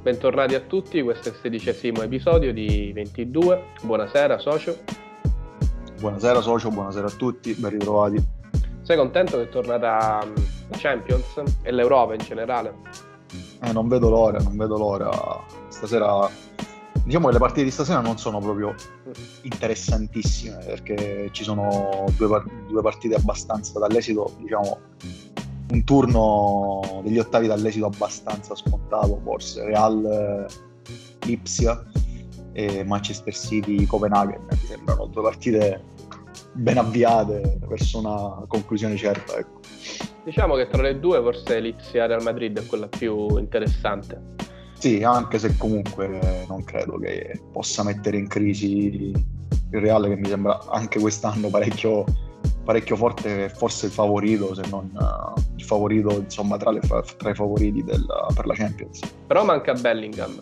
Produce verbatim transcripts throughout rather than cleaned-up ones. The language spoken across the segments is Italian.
Bentornati a tutti, questo è il sedicesimo episodio di ventidue. Buonasera socio. Buonasera socio, buonasera a tutti, ben ritrovati. Sei contento che è tornata la Champions e l'Europa in generale? Eh, non vedo l'ora, non vedo l'ora. Stasera, diciamo che le partite di stasera non sono proprio interessantissime perché ci sono due, par- due partite abbastanza dall'esito, diciamo, un turno degli ottavi dall'esito abbastanza scontato, forse Real Lipsia e Manchester City Copenaghen. Mi sembrano due partite ben avviate verso una conclusione certa, ecco. Diciamo che tra le due forse Lipsia Real Madrid è quella più interessante. Sì, anche se comunque non credo che possa mettere in crisi il Real, che mi sembra anche quest'anno parecchio, parecchio forte, forse il favorito, se non uh, il favorito, insomma, tra, le, tra i favoriti del, per la Champions. Però manca Bellingham.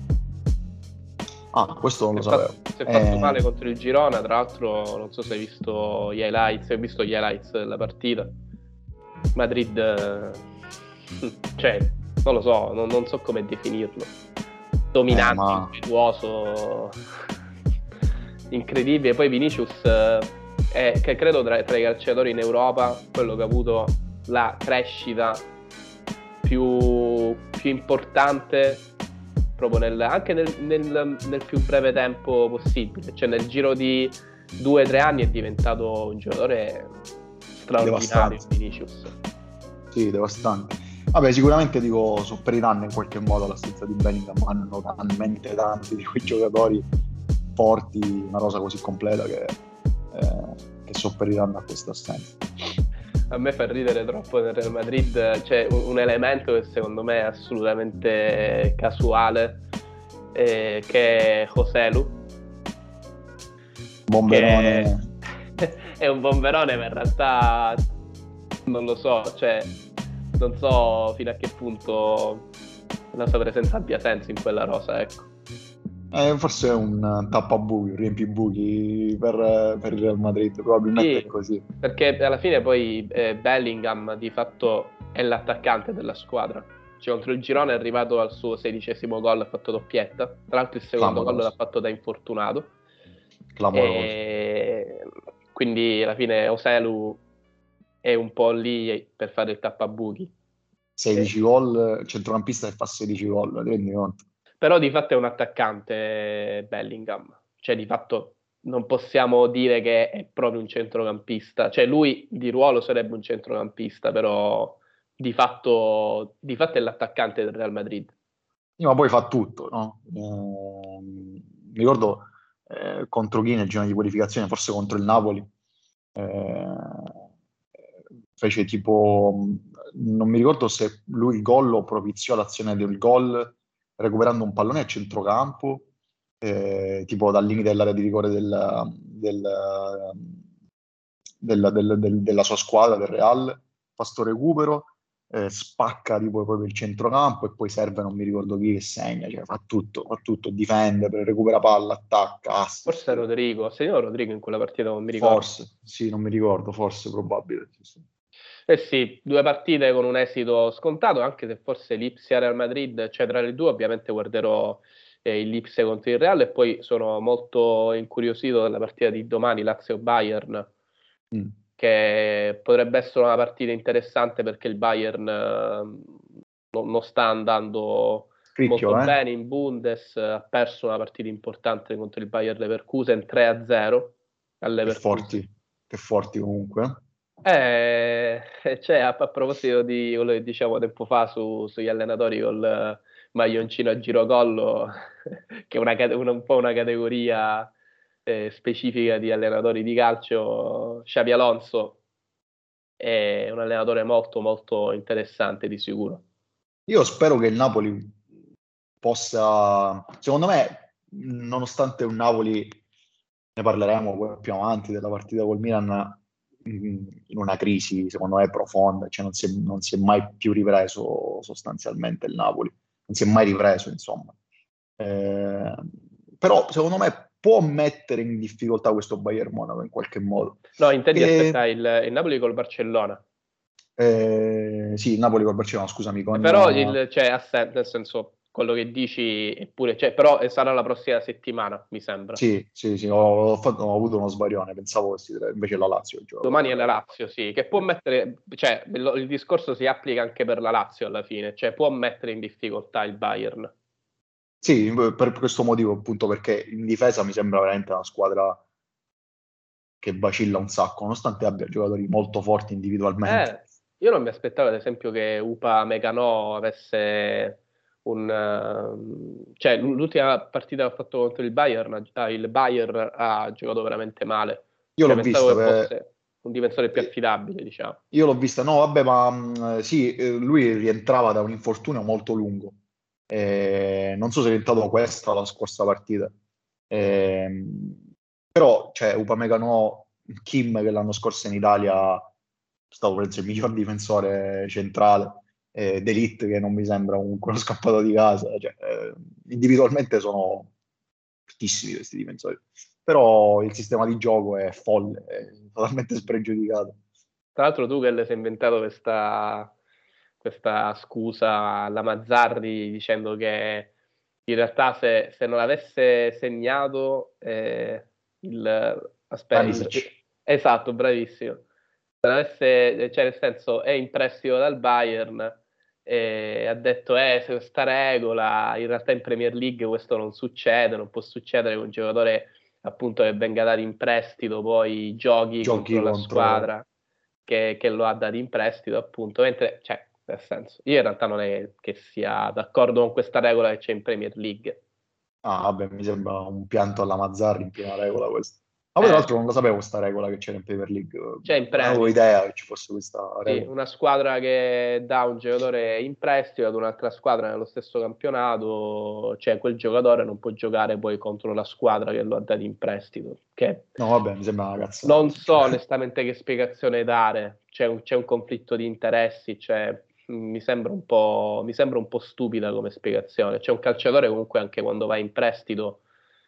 Ah, questo non lo Si è sapevo. fatto, si è Eh... fatto male contro il Girona, tra l'altro non so se hai visto gli highlights, hai visto gli highlights della partita. Madrid, eh, cioè, non lo so, non, non so come definirlo. Dominante, eh, ma... impetuoso, incredibile. Poi Vinicius eh, è, che credo tra, tra i calciatori in Europa, quello che ha avuto la crescita più, più importante proprio nel, anche nel, nel, nel più breve tempo possibile. Cioè nel giro di due o tre anni è diventato un giocatore straordinario, Vinicius. Sì, devastante. Vabbè, sicuramente dico, soffriranno in qualche modo l'assenza di Bellingham, hanno talmente tanti di quei giocatori forti, una rosa così completa che, eh, che soffriranno a questa assenza. A me fa ridere troppo nel Real Madrid, c'è un, un elemento che secondo me è assolutamente casuale, eh, che è Joselu. Bomberone. Che è un bomberone, ma in realtà non lo so, cioè non so fino a che punto la sua presenza abbia senso in quella rosa, ecco. Eh, forse è un tappabuchi, un riempibuchi per, per il Real Madrid, probabilmente Sì, è così. perché alla fine poi eh, Bellingham di fatto è l'attaccante della squadra. Cioè contro il Girona è arrivato al suo sedicesimo gol, ha fatto doppietta. Tra l'altro il secondo gol l'ha fatto da infortunato. Clamoroso. E quindi alla fine Joselu è un po' lì per fare il tappabuchi. sedici gol, centrocampista che fa sedici gol, ti rendi conto? Però di fatto è un attaccante Bellingham, cioè di fatto non possiamo dire che è proprio un centrocampista, cioè lui di ruolo sarebbe un centrocampista, però di fatto, di fatto è l'attaccante del Real Madrid. Sì, ma poi fa tutto, no? Eh, mi ricordo eh, contro chi nel girone di qualificazione, forse contro il Napoli, eh, fece tipo, non mi ricordo se lui il gol o propiziò l'azione del gol recuperando un pallone a centrocampo, eh, tipo dal limite dell'area di rigore del, del, del, del, del, della sua squadra, del Real, fa sto recupero, eh, spacca tipo proprio il centrocampo e poi serve non mi ricordo chi che segna, cioè fa tutto, fa tutto, difende, recupera palla, attacca, assist. Forse Rodrigo, segnò Rodrigo in quella partita, non mi ricordo. Forse, sì, non mi ricordo, forse, probabile. Sì, sì. Eh sì, due partite con un esito scontato, anche se forse l'Ipsia Real Madrid, cioè tra le due ovviamente guarderò eh, il Lipsia contro il Real e poi sono molto incuriosito dalla partita di domani, Lazio-Bayern, Mm. che potrebbe essere una partita interessante perché il Bayern eh, non, non sta andando Cricchio, molto eh? bene in Bundes, ha perso una partita importante contro il Bayer Leverkusen tre a zero al Che Leverkusen. forti, che forti comunque. Eh, cioè, a, a proposito di quello che diciamo tempo fa su, sugli allenatori col eh, maglioncino a girocollo, che è una, cate- una- un po' una categoria eh, specifica di allenatori di calcio, Xabi Alonso è un allenatore molto molto interessante di sicuro. Io spero che il Napoli possa, secondo me, nonostante un Napoli, ne parleremo poi più avanti della partita col Milan, in una crisi secondo me profonda, cioè non si è, non si è mai più ripreso sostanzialmente il Napoli, non si è mai ripreso insomma. Eh, però secondo me può mettere in difficoltà questo Bayern Monaco in qualche modo. No, intendi Che, aspettare il, il Napoli col Barcellona. eh, sì, il Napoli col Barcellona, scusami, con... Però uh, il, cioè, ha sen- nel senso, quello che dici, eppure, cioè, però sarà la prossima settimana, mi sembra. Sì, sì, sì, ho, ho fatto- ho avuto uno sbaglione, pensavo che si- invece la Lazio gioca Domani è la quella. Lazio, sì, che può mettere, cioè, il il discorso si applica anche per la Lazio alla fine, cioè può mettere in difficoltà il Bayern. Sì, per questo motivo, appunto, perché in difesa mi sembra veramente una squadra che vacilla un sacco, nonostante abbia giocatori molto forti individualmente. Eh, io non mi aspettavo, ad esempio, che Upa Meccano avesse un... ehm, cioè, l- l'ultima partita che ha fatto contro il Bayern, ah, il Bayern ha giocato veramente male. Io Cioè, l'ho pensavo vista, che per- fosse un difensore più affidabile, diciamo. io l'ho vista, no, vabbè, ma mh, sì, eh, lui rientrava da un infortunio molto lungo. Eh, non so se è rientrato questa o la scorsa partita. Ehm, Però, cioè, Upamecano, Kim, che l'anno scorso in Italia è stato, penso, il miglior difensore centrale, eh, D'Elite, che non mi sembra comunque uno scappato di casa. Cioè, eh, individualmente sono fortissimi questi difensori. Però il sistema di gioco è folle, è totalmente spregiudicato. Tra l'altro Tuchel si è inventato questa, questa scusa alla Mazzarri dicendo che in realtà se, se non avesse segnato eh, il... Aspetta, il- Manisic. esatto, bravissimo. Se non avesse, cioè nel senso è in prestito dal Bayern e ha detto eh, se questa regola in realtà in Premier League questo non succede, non può succedere che un giocatore appunto che venga dato in prestito poi giochi Giochi contro la contro... squadra che, che lo ha dato in prestito, appunto. Mentre, cioè, nel senso, io in realtà non è che sia d'accordo con questa regola che c'è in Premier League. Ah, vabbè, mi sembra un pianto alla Mazzarri in piena regola questo. Ma poi tra Eh, l'altro non lo sapevo questa regola che c'era in Premier League, c'è in non avevo Premier. idea che ci fosse questa Sì, regola. una squadra che dà un giocatore in prestito ad un'altra squadra nello stesso campionato, cioè quel giocatore non può giocare poi contro la squadra che lo ha dato in prestito. Che No, vabbè, mi sembra una cazzata, non so sinceramente. onestamente che spiegazione dare. C'è un, c'è un conflitto di interessi, cioè, mh, mi sembra un po', mi sembra un po' stupida come spiegazione. C'è un calciatore comunque anche quando va in prestito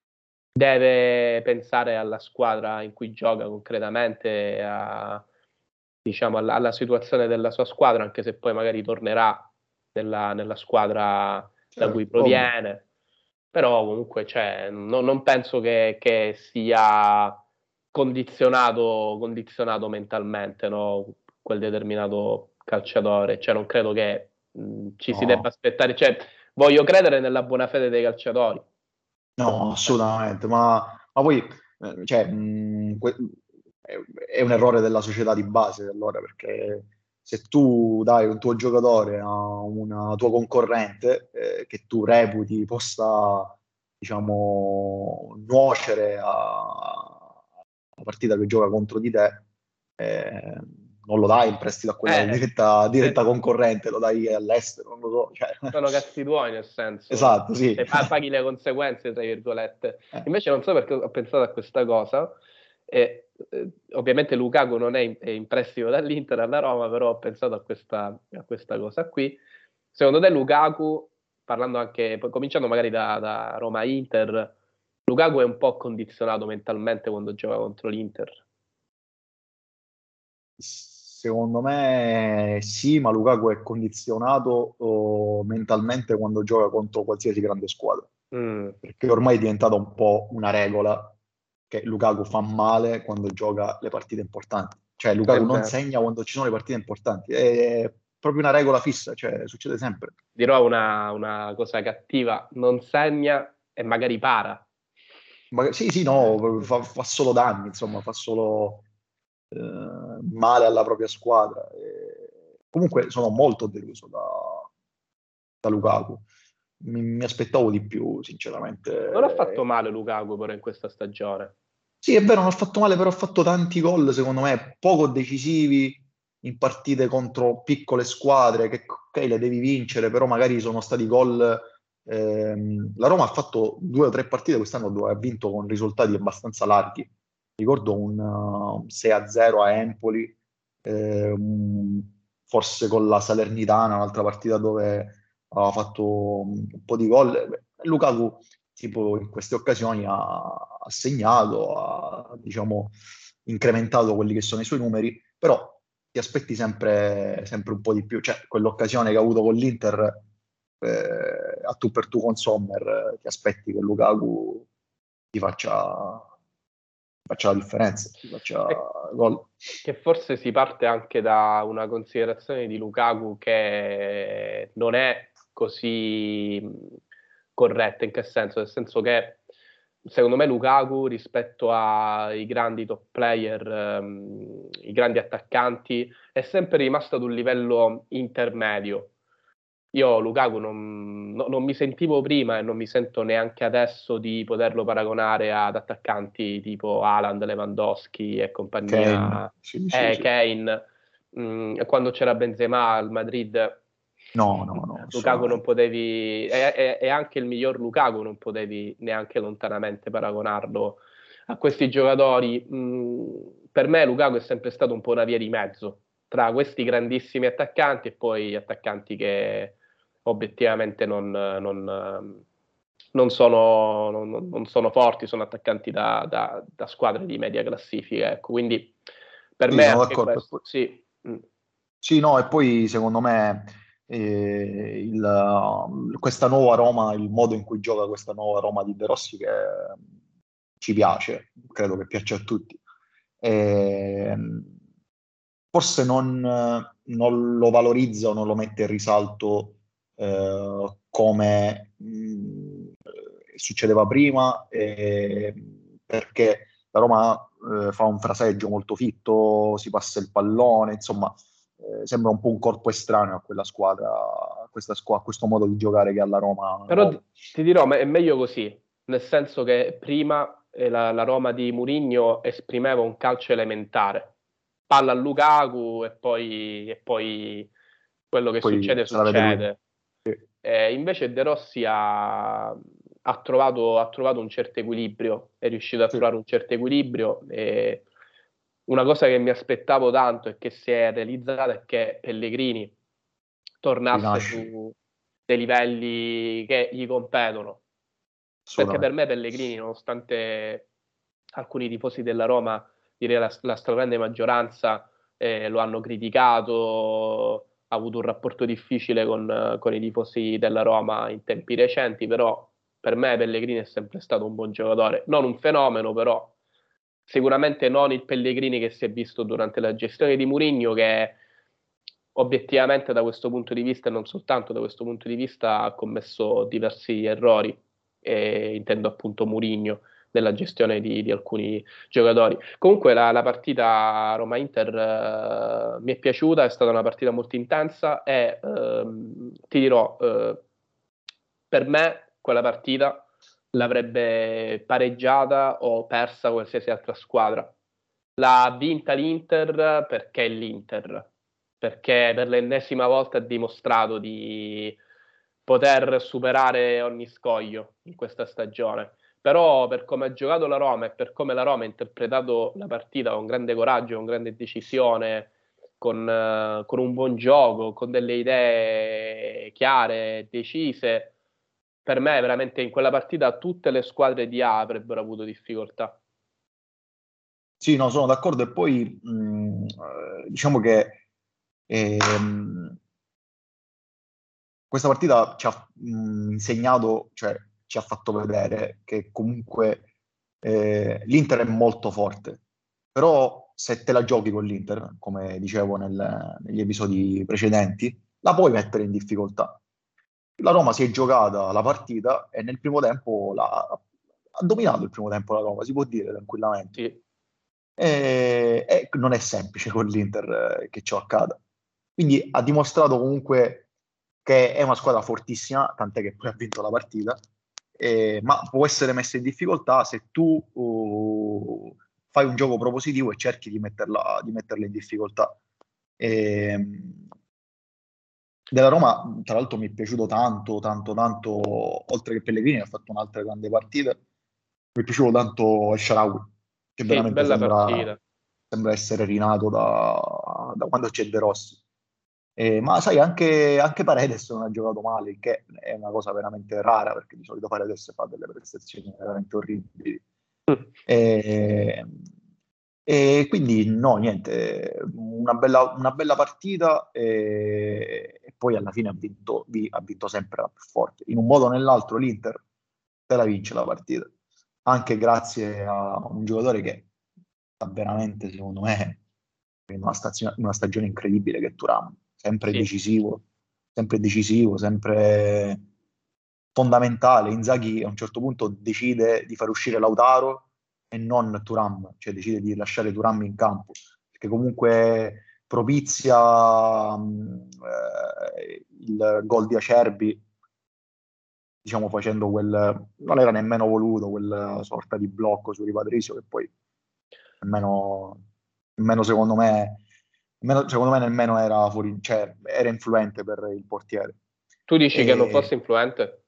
deve pensare alla squadra in cui gioca concretamente, a- diciamo, alla, alla situazione della sua squadra, anche se poi magari tornerà nella, nella squadra da cui Certo, ovvio. proviene. Però comunque cioè, no- non penso che, che sia condizionato, condizionato mentalmente, no? Quel determinato calciatore. Cioè, non credo che mh, ci si debba No, aspettare. Cioè, voglio credere nella buona fede dei calciatori. no, Comunque. assolutamente, ma, ma poi eh, cioè, mh, que- è, è un errore della società di base, allora, perché se tu dai un tuo giocatore a una tua concorrente eh, che tu reputi possa, diciamo, nuocere a- alla partita che gioca contro di te, eh, non lo dai in prestito a quella Eh, diretta, eh, diretta concorrente, lo dai all'estero, non lo so. Cioè. sono cazzi tuoi, nel senso, Esatto, sì. e pa- paghi le conseguenze, tra virgolette. Eh. Invece non so perché ho pensato a questa cosa. E, eh, ovviamente Lukaku non è in, è in prestito dall'Inter alla Roma, però ho pensato a questa, a questa cosa qui. Secondo te Lukaku, parlando anche, poi cominciando magari da, da Roma-Inter, Lukaku è un po' condizionato mentalmente quando gioca contro l'Inter? Secondo me sì, ma Lukaku è condizionato oh, mentalmente quando gioca contro qualsiasi grande squadra, Mm, perché ormai è diventata un po' una regola che Lukaku fa male quando gioca le partite importanti. Cioè è Lukaku non vero. segna quando ci sono le partite importanti, è proprio una regola fissa, cioè succede sempre. Dirò una, una cosa cattiva, non segna e magari para. Ma, sì, sì, no, fa, fa solo danni, insomma, fa solo eh, male alla propria squadra. E comunque sono molto deluso da, da Lukaku. Mi, mi aspettavo di più, Non ha fatto sinceramente. male Lukaku però in questa stagione. Sì, è vero, non ha fatto male, però ha fatto tanti gol, secondo me, poco decisivi in partite contro piccole squadre, che ok, le devi vincere, però magari sono stati gol. Ehm, la Roma ha fatto due o tre partite quest'anno dove ha vinto con risultati abbastanza larghi. Ricordo un uh, sei a zero a Empoli, ehm, forse con la Salernitana, un'altra partita dove ha fatto un po' di gol. Beh, Lukaku tipo in queste occasioni ha, ha segnato, ha diciamo incrementato quelli che sono i suoi numeri, però ti aspetti sempre, sempre un po' di più. Cioè, quell'occasione che ha avuto con l'Inter eh, a tu per tu con Sommer ti aspetti che Lukaku ti faccia, faccia la differenza, ti faccia gol. Che forse si parte anche da una considerazione di Lukaku che non è così corretta. In che senso? Nel senso che secondo me Lukaku rispetto ai grandi top player, um, i grandi attaccanti, è sempre rimasto ad un livello intermedio. Io Lukaku non, no, non mi sentivo prima e non mi sento neanche adesso di poterlo paragonare ad attaccanti tipo Haaland, Lewandowski e compagnia, Kane, sì, sì, eh, sì. Kane. Mm, quando c'era Benzema al Madrid, no, no, no, Lukaku non potevi, e, e, e anche il miglior Lukaku non potevi neanche lontanamente paragonarlo a questi giocatori. Mm, per me Lukaku è sempre stato un po' una via di mezzo tra questi grandissimi attaccanti e poi attaccanti che obiettivamente non, non, non, sono, non, non sono forti, sono attaccanti da, da, da squadre di media classifica. Ecco. Quindi per sì, me sono anche d'accordo. questo, sì. Sì, no, e poi secondo me eh, il, questa nuova Roma, il modo in cui gioca questa nuova Roma di De Rossi che ci piace, credo che piaccia a tutti. E, forse non, non lo valorizza o non lo mette in risalto eh, come mh, succedeva prima, eh, perché la Roma eh, fa un fraseggio molto fitto, si passa il pallone, insomma, eh, sembra un po' un corpo estraneo a quella squadra, a, questa squ- a questo modo di giocare che ha la Roma Però nuova. ti ti dirò, ma è meglio così, nel senso che prima eh, la, la Roma di Mourinho esprimeva un calcio elementare, palla a Lukaku e poi, e poi quello che Poi succede se la vede lui. succede. Sì, Eh, invece De Rossi ha, ha trovato, ha trovato un certo equilibrio, è riuscito a sì, trovare un certo equilibrio e una cosa che mi aspettavo tanto e che si è realizzata è che Pellegrini tornasse rinasce, su dei livelli che gli competono. Perché per assolutamente. me Pellegrini, nonostante alcuni tifosi della Roma, direi la, la stragrande maggioranza, eh, lo hanno criticato, ha avuto un rapporto difficile con, con i tifosi della Roma in tempi recenti, però per me Pellegrini è sempre stato un buon giocatore, non un fenomeno, però sicuramente non il Pellegrini che si è visto durante la gestione di Mourinho, che obiettivamente da questo punto di vista e non soltanto da questo punto di vista ha commesso diversi errori, e intendo appunto Mourinho nella gestione di, di alcuni giocatori. Comunque la, la partita Roma-Inter eh, mi è piaciuta, è stata una partita molto intensa e ehm, ti dirò, eh, per me quella partita l'avrebbe pareggiata o persa qualsiasi altra squadra. L'ha vinta l'Inter perché è l'Inter, perché per l'ennesima volta ha dimostrato di poter superare ogni scoglio in questa stagione. Però per come ha giocato la Roma e per come la Roma ha interpretato la partita con grande coraggio, con grande decisione, con, eh, con un buon gioco, con delle idee chiare, decise, per me veramente in quella partita tutte le squadre di A avrebbero avuto difficoltà. Sì, no, sono d'accordo e poi mh, eh, diciamo che ehm, questa partita ci ha mh, insegnato, cioè ci ha fatto vedere che comunque eh, l'Inter è molto forte, però se te la giochi con l'Inter, come dicevo nel- negli episodi precedenti, la puoi mettere in difficoltà. La Roma si è giocata la partita e nel primo tempo la- ha dominato il primo tempo la Roma, si può dire tranquillamente. Sì. E, e non è semplice con l'Inter eh, che ciò accada. Quindi ha dimostrato comunque che è una squadra fortissima, tant'è che poi ha vinto la partita, eh, ma può essere messa in difficoltà se tu uh, fai un gioco propositivo e cerchi di metterla, di metterla in difficoltà. E, della Roma, tra l'altro, mi è piaciuto tanto, tanto, tanto, oltre che Pellegrini, ha fatto un'altra grande partita. Mi è piaciuto tanto El Shaarawy, che Sì, veramente bella sembra, partita. sembra essere rinato da, da quando c'è De Rossi. Eh, ma sai, anche, anche Paredes non ha giocato male, il che è una cosa veramente rara, perché di solito Paredes fa delle prestazioni veramente orribili. E, e quindi no, niente, una bella, una bella partita e, poi alla fine ha vinto, vi- ha vinto sempre la più forte. In un modo o nell'altro l'Inter te la vince la partita, anche grazie a un giocatore che sta veramente, secondo me, in una stazione- una stagione incredibile, che è Thuram, sempre Sì, decisivo, sempre decisivo, sempre fondamentale. Inzaghi a un certo punto decide di far uscire Lautaro e non Thuram, cioè decide di lasciare Thuram in campo, perché comunque propizia mh, eh, il gol di Acerbi, diciamo facendo quel, non era nemmeno voluto, quella sorta di blocco su Ripatrisio che poi nemmeno, nemmeno secondo me, nemmeno- secondo me nemmeno era fuori, cioè era influente per il portiere. tu dici che non fosse E influente?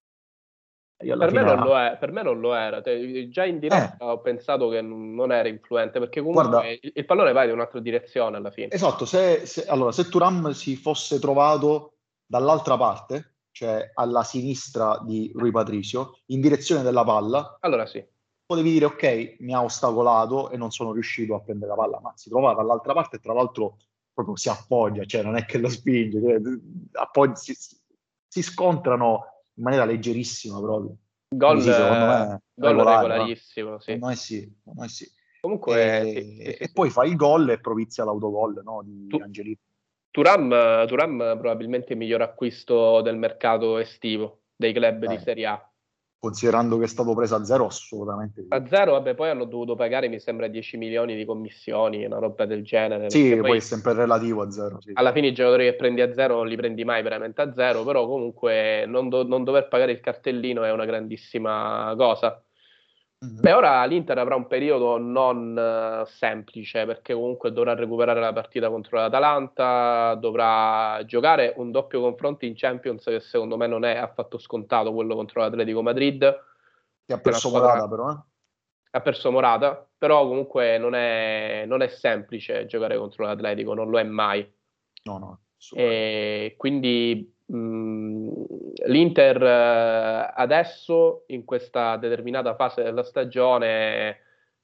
io alla Per me fine, non lo è, per me non lo era. Te- Già in eh, diretta ho pensato che non non era influente, perché guarda, comunque il, il pallone va in un'altra direzione alla fine. esatto, se, se- allora, se Thuram si fosse trovato dall'altra parte, cioè alla sinistra di Rui Patricio, in direzione della palla, Allora sì, potevi dire ok, mi ha ostacolato e non sono riuscito a prendere la palla, ma si trova dall'altra parte e tra l'altro proprio si appoggia, cioè non è che lo spinge, cioè, appoggia- si, si scontrano in maniera leggerissima proprio. Quindi gol, sì, secondo eh, me gol regolare, va. regolarissimo, sì. Secondo me sì, secondo me sì. Comunque sì, sì, E, sì, e sì. poi fa il gol e provizia l'autogol, no, di Tu- Angelino. Turam, Turam probabilmente il miglior acquisto del mercato estivo dei club di Eh, Serie A. considerando che è stato preso a zero, assolutamente sì. A zero, vabbè, poi hanno dovuto pagare, mi sembra, dieci milioni di commissioni, una roba del genere, perché Sì, poi poi è sempre relativo a zero, sì. alla fine i giocatori che prendi a zero non li prendi mai veramente a zero, però comunque non, do- non dover pagare il cartellino è una grandissima cosa. Mhm. Beh, ora l'Inter avrà un periodo non eh, semplice, perché comunque dovrà recuperare la partita contro l'Atalanta, dovrà giocare un doppio confronto in Champions che secondo me non è affatto scontato, quello contro l'Atletico Madrid, Che ha che è una perso squadra Morata però, eh? ha perso Morata, però comunque non è, non è semplice giocare contro l'Atletico, non lo è mai. No, no, assolutamente. E quindi mh, l'Inter eh, adesso, in questa determinata fase della stagione,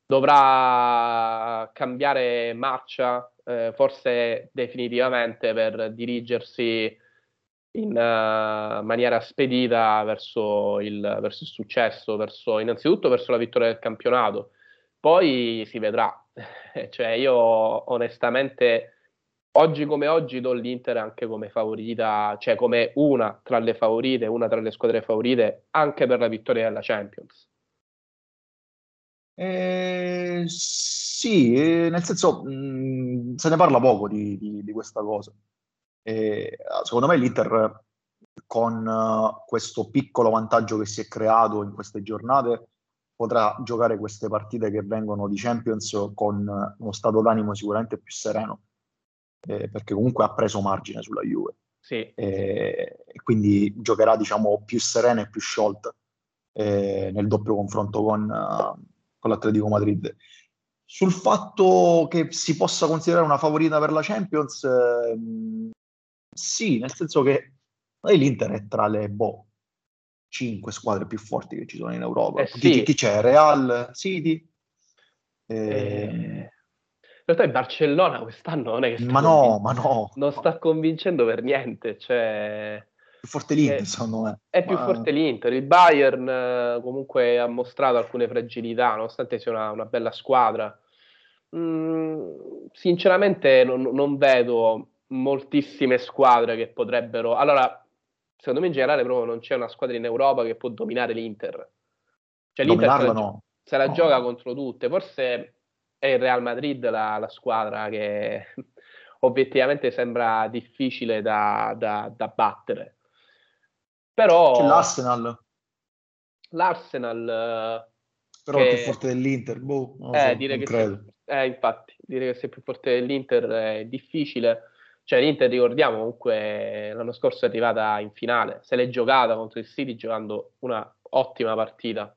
dovrà cambiare marcia, eh, forse definitivamente, per dirigersi in eh, maniera spedita verso il, verso il successo, verso, innanzitutto verso la vittoria del campionato. Poi si vedrà. Cioè, io onestamente, oggi come oggi, do l'Inter anche come favorita, cioè come una tra le favorite, una tra le squadre favorite, anche per la vittoria della Champions. Eh, sì, eh, nel senso, mh, se ne parla poco di, di- di questa cosa. E, secondo me l'Inter, con eh, questo piccolo vantaggio che si è creato in queste giornate, potrà giocare queste partite che vengono di Champions con eh, uno stato d'animo sicuramente più sereno, eh, perché comunque ha preso margine sulla Juve. Sì, sì. E, e quindi giocherà, diciamo, più serena e più sciolta eh, nel doppio confronto con, eh, con l'Atletico Madrid. Sul fatto che si possa considerare una favorita per la Champions, ehm, sì, nel senso che poi l'Inter è tra le boh, cinque squadre più forti che ci sono in Eh Europa. Chi, chi- sì, chi c'è? Real, City? eh, Ehm, in realtà il Barcellona quest'anno non è che sta ma no, convin- ma no, non no. sta convincendo per niente, cioè Più forte l'Inter, è, secondo me. è più Ma forte l'Inter. Il Bayern eh, comunque ha mostrato alcune fragilità, nonostante sia una, una bella squadra. Mm, sinceramente non, non vedo moltissime squadre che potrebbero... Allora, secondo me in generale proprio non c'è una squadra in Europa che può dominare l'Inter. Cioè l'Inter se la, dominarla gio- no. se la No, gioca no. contro tutte. Forse è il Real Madrid la, la squadra che obiettivamente sembra difficile da, da- da battere. C'è Però l'Arsenal, l'Arsenal, eh, però è più che forte dell'Inter. Boh, non lo eh, so, dire non che sia più, credo. eh, infatti, dire che sia più forte dell'Inter è difficile. Cioè, l'Inter, ricordiamo, comunque l'anno scorso è arrivata in finale, se l'è giocata contro il City giocando una ottima partita.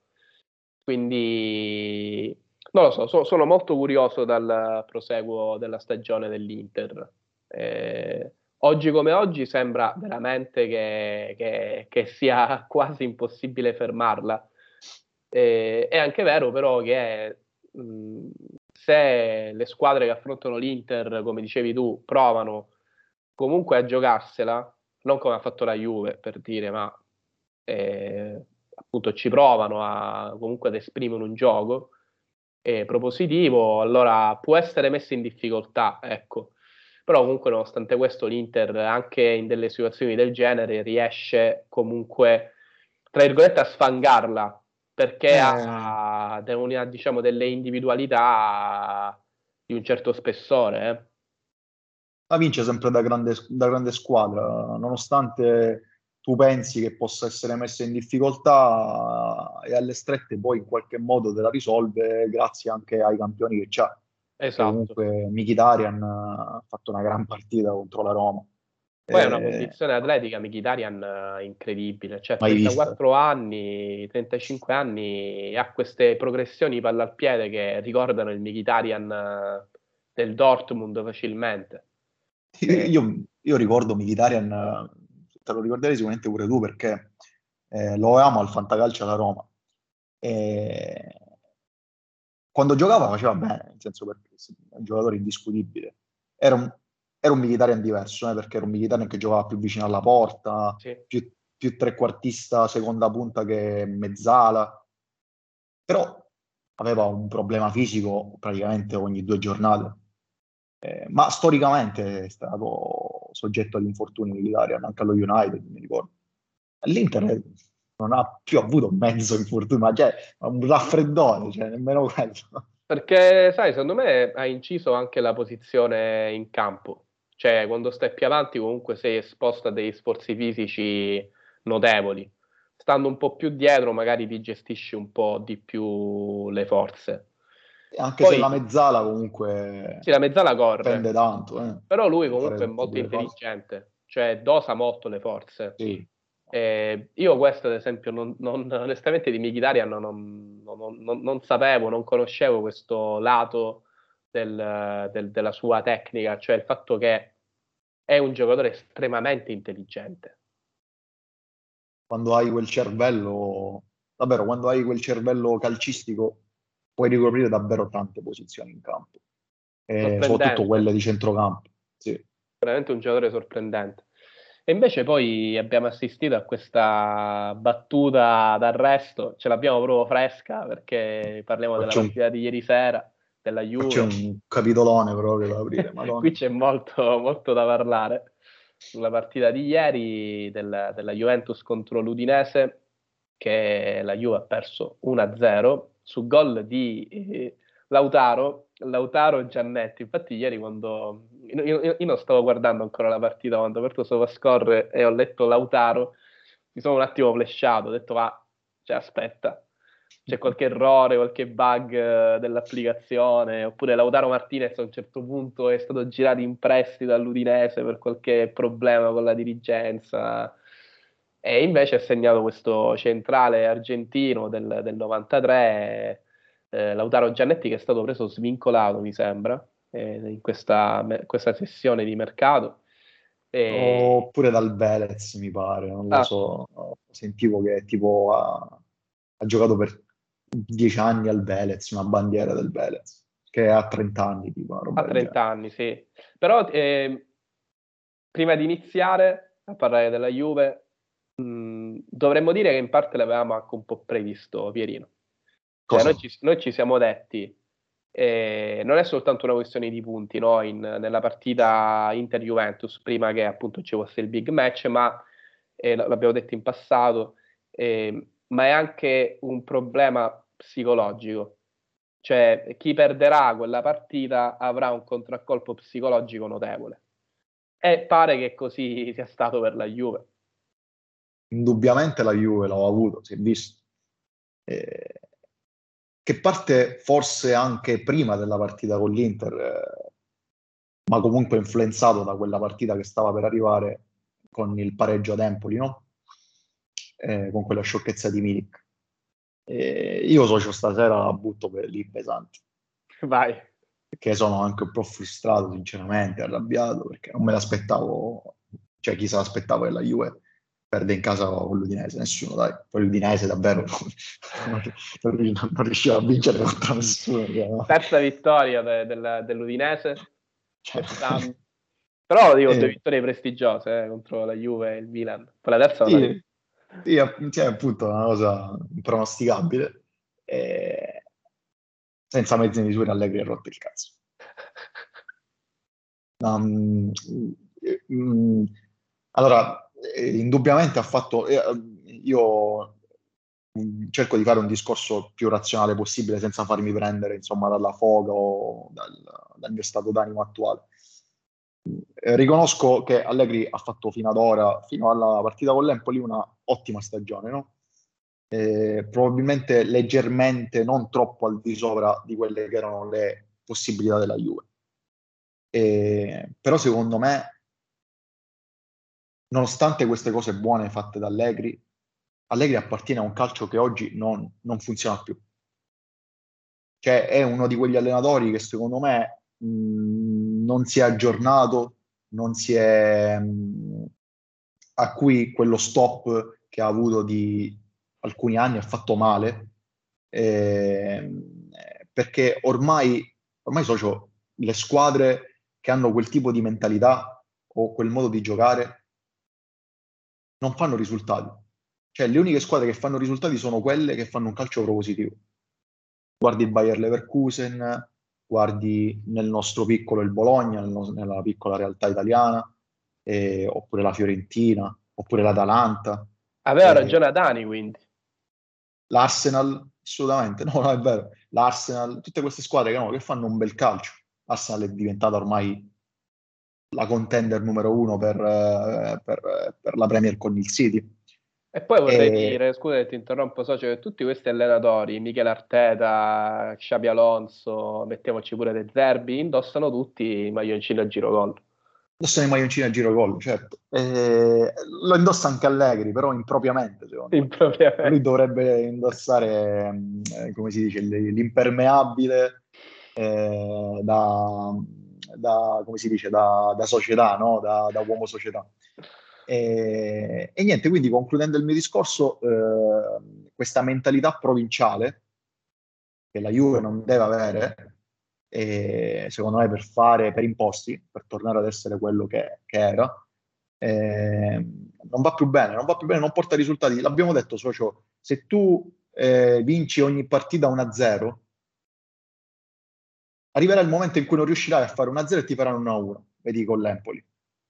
Quindi, non lo so, so- sono molto curioso dal proseguo della stagione dell'Inter. Eh, oggi come oggi sembra veramente che, che- che sia quasi impossibile fermarla. Eh, è anche vero però che mh, se le squadre che affrontano l'Inter, come dicevi tu, provano comunque a giocarsela, non come ha fatto la Juve, per dire, ma eh, appunto ci provano a, comunque ad esprimere un gioco eh, propositivo, allora può essere messo in difficoltà, ecco. Però comunque nonostante questo l'Inter anche in delle situazioni del genere riesce comunque, tra virgolette, a sfangarla, perché Eh, ha, ha, diciamo, delle individualità di un certo spessore. Eh. la vince sempre da grande, da grande squadra, nonostante tu pensi che possa essere messa in difficoltà e alle strette poi in qualche modo te la risolve grazie anche ai campioni che c'ha. Che Esatto. comunque Mkhitaryan ha fatto una gran partita contro la Roma. Poi è una Eh, condizione atletica Mkhitaryan eh, incredibile, cioè mai vista. trentaquattro anni, trentacinque anni, ha queste progressioni palla al piede che ricordano il Mkhitaryan eh, del Dortmund facilmente. Eh, Io, io ricordo Mkhitaryan, eh, te lo ricorderai sicuramente pure tu perché eh, lo amo al fantacalcio alla Roma. E quando giocava faceva bene, nel senso perché è un giocatore indiscutibile. Era un, era un Mkhitaryan diverso, eh, perché era un Mkhitaryan che giocava più vicino alla porta, sì, più, più trequartista seconda punta che mezzala, però aveva un problema fisico praticamente ogni due giornate. Eh, ma storicamente è stato soggetto agli infortuni Mkhitaryan, anche allo United, mi ricordo. L'Inter non ha più avuto un mezzo infortunio, ma cioè, un raffreddore, cioè, nemmeno quello. perché sai, secondo me ha inciso anche la posizione in campo, cioè quando stai più avanti comunque sei esposto a degli sforzi fisici notevoli, stando un po' più dietro magari ti gestisci un po' di più le forze. Anche se Poi la mezzala comunque sì, la mezzala corre, spende tanto, eh, però lui per fare comunque è tutte e molto due le cose. intelligente, cioè dosa molto le forze. Sì. Eh, io questo ad esempio non, non- onestamente di Mkhitaryan non, non, non, non- non sapevo, non conoscevo questo lato del- del- della sua tecnica, cioè il fatto che è un giocatore estremamente intelligente. Quando hai quel cervello, davvero, quando hai quel cervello calcistico, puoi ricoprire davvero tante posizioni in campo, e soprattutto Sorprendente, quelle di centrocampo. Sì. veramente un giocatore sorprendente. E invece poi abbiamo assistito a questa battuta d'arresto, ce l'abbiamo proprio fresca perché parliamo della Faccio un, partita di ieri sera, della faccio Juve. un capitolone proprio da aprire, Madonna. Qui c'è molto, molto da parlare sulla partita di ieri del- della Juventus contro l'Udinese, che la Juve ha perso uno a zero su gol di eh, Lautaro, Lautaro Giannetti. Infatti ieri quando io, io- io non stavo guardando ancora la partita, quando ho aperto SofaScore e ho letto Lautaro, mi sono un attimo flashato, ho detto ma, cioè, aspetta, c'è qualche errore, qualche bug eh, dell'applicazione, oppure Lautaro Martinez a un certo punto è stato girato in prestito dall'Udinese per qualche problema con la dirigenza. E invece ha segnato questo centrale argentino del, del novantatré, eh, Lautaro Giannetti, che è stato preso svincolato, mi sembra, eh, in questa, me- questa sessione di mercato. E... Oppure dal Velez, mi pare, non lo Ah, so. Sentivo che tipo ha, ha giocato per dieci anni al Velez, una bandiera del Velez, che ha trenta anni, tipo una ha roba del genere. trenta anni, sì. Però eh, prima di iniziare a parlare della Juve, mh, dovremmo dire che in parte l'avevamo anche un po' previsto, Pierino. Cioè, noi Cosa? ci, noi ci siamo detti, eh, non è soltanto una questione di punti, no? In- nella partita Inter-Juventus, prima che appunto ci fosse il big match, ma eh, l- l'abbiamo detto in passato, eh, ma è anche un problema psicologico. Cioè, chi perderà quella partita avrà un contraccolpo psicologico notevole. E pare che così sia stato per la Juve. Indubbiamente la Juve l'ha avuto, si è visto. Eh, che parte forse anche prima della partita con l'Inter, eh, ma comunque influenzato da quella partita che stava per arrivare con il pareggio ad Empoli, no? Eh, con quella sciocchezza di Milik. Eh, io socio stasera la butto per lì pesante, Vai. perché sono anche un po' frustrato, sinceramente, arrabbiato, perché non me l'aspettavo, cioè chi se l'aspettava che la Juve perde in casa con l'Udinese, nessuno, dai. Poi l'Udinese davvero non, non, non riusciva a vincere contro nessuno. Cioè, no? Terza vittoria de- del- dell'Udinese Cioè, quest'anno. Però dico, due Eh, vittorie prestigiose eh, contro la Juve e il Milan. Poi la terza non arriva. sì, sì, app- sì, appunto, è una cosa impronosticabile. Eh, senza mezze misure Allegri ha rotto il cazzo. No, mm, mm, allora, eh, indubbiamente ha fatto. eh, io mm, cerco di fare un discorso più razionale possibile senza farmi prendere, insomma, dalla foga o dal, dal mio stato d'animo attuale. Eh, riconosco che Allegri ha fatto fino ad ora, fino alla partita con l'Empoli, una ottima stagione, no? Eh, probabilmente leggermente non troppo al di sopra di quelle che erano le possibilità della Juve. Eh, però secondo me, nonostante queste cose buone fatte da Allegri, Allegri appartiene a un calcio che oggi non, non funziona più. Cioè è uno di quegli allenatori che secondo me mh, non si è aggiornato, non si è, mh, a cui quello stop che ha avuto di alcuni anni ha fatto male, ehm, perché ormai, ormai socio, le squadre che hanno quel tipo di mentalità o quel modo di giocare non fanno risultati. Cioè, le uniche squadre che fanno risultati sono quelle che fanno un calcio propositivo. Guardi il Bayer Leverkusen, guardi nel nostro piccolo il Bologna, nel nos- nella piccola realtà italiana, eh, oppure la Fiorentina, oppure l'Atalanta, Aveva eh, ragione Adani, quindi. l'Arsenal, assolutamente, no, no, è vero, l'Arsenal, tutte queste squadre che, no, che fanno un bel calcio. Arsenal è diventata ormai la contender numero uno per, eh, per- per la Premier con il City. E poi vorrei E dire, scusa che ti interrompo, socio, che tutti questi allenatori, Michele Arteta, Xabi Alonso, mettiamoci pure De Zerbi, indossano tutti i maglioncini a girogol. indossano i maglioncini a girogol, certo. E lo indossa anche Allegri, però impropriamente, secondo me. Lui Impropriamente. dovrebbe indossare, mh, eh, come si dice, l- l'impermeabile eh, da, da- come si dice, da, da società, no? Da, da uomo società. E, e niente, quindi concludendo il mio discorso, eh, questa mentalità provinciale che la Juve non deve avere, e, secondo me, per fare, per imposti, per tornare ad essere quello che, che era, eh, non va più bene, non va più bene, non porta risultati. L'abbiamo detto, socio, se tu eh, vinci ogni partita uno a zero, arriverà il momento in cui non riuscirai a fare uno a zero e ti faranno uno a uno, vedi con l'Empoli.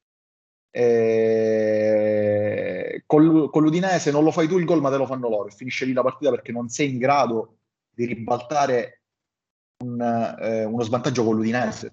Eh, col- con l'Udinese non lo fai tu il gol, ma te lo fanno loro e finisce lì la partita perché non sei in grado di ribaltare un, eh, uno svantaggio con l'Udinese.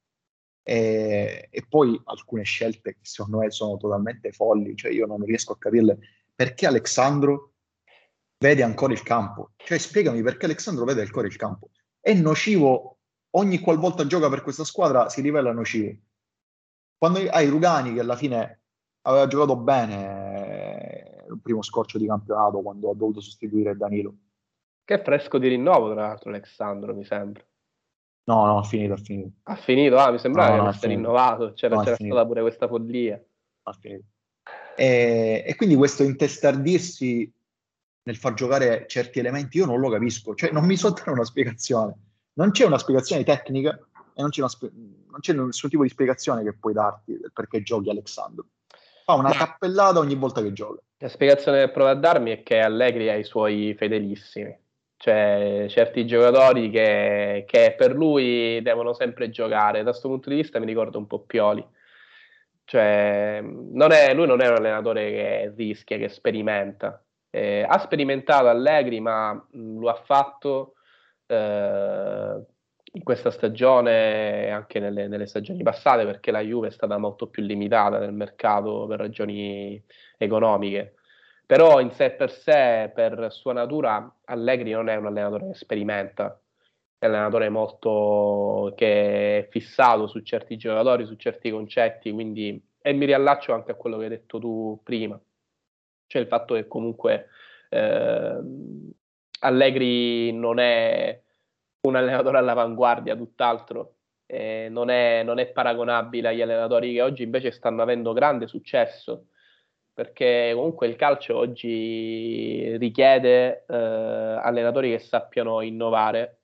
E, e poi alcune scelte che secondo me sono totalmente folli, cioè io non riesco a capirle. Perché Alexandro vede ancora il campo? Cioè spiegami perché Alexandro vede ancora il campo. È nocivo, ogni qualvolta gioca per questa squadra si rivela nocivo. Quando hai Rugani che alla fine aveva giocato bene eh, il primo scorcio di campionato quando ha dovuto sostituire Danilo. Che fresco di rinnovo, tra l'altro, Alessandro, mi sembra. No, no, ha finito, ha finito. Ha finito? Ah, mi sembrava No, che no, è avesse finito. rinnovato, c'era, No, è c'era stata finito. pure questa follia. Ha finito. E, e quindi questo intestardirsi nel far giocare certi elementi io non lo capisco, cioè non mi so dare una spiegazione. Non c'è una spiegazione tecnica e non c'è, una spe- non c'è nessun tipo di spiegazione che puoi darti del perché giochi Alexandro. Fa una Ma cappellata ogni volta che gioca. la spiegazione che provo a darmi è che Allegri ha i suoi fedelissimi, cioè certi giocatori che, che per lui devono sempre giocare. Da questo punto di vista mi ricordo un po' Pioli. Cioè, non è- lui non è un allenatore che rischia, che sperimenta. Eh, ha sperimentato Allegri, ma mh, lo ha fatto eh, in questa stagione e anche nelle, nelle stagioni passate, perché la Juve è stata molto più limitata nel mercato per ragioni economiche. Però in sé per sé, per sua natura, Allegri non è un allenatore che sperimenta, è un allenatore molto che è fissato su certi giocatori, su certi concetti, quindi e mi riallaccio anche a quello che hai detto tu prima, cioè il fatto che comunque ehm, Allegri non è un allenatore all'avanguardia, tutt'altro, eh, non è, non è paragonabile agli allenatori che oggi invece stanno avendo grande successo, perché comunque il calcio oggi richiede eh, allenatori che sappiano innovare,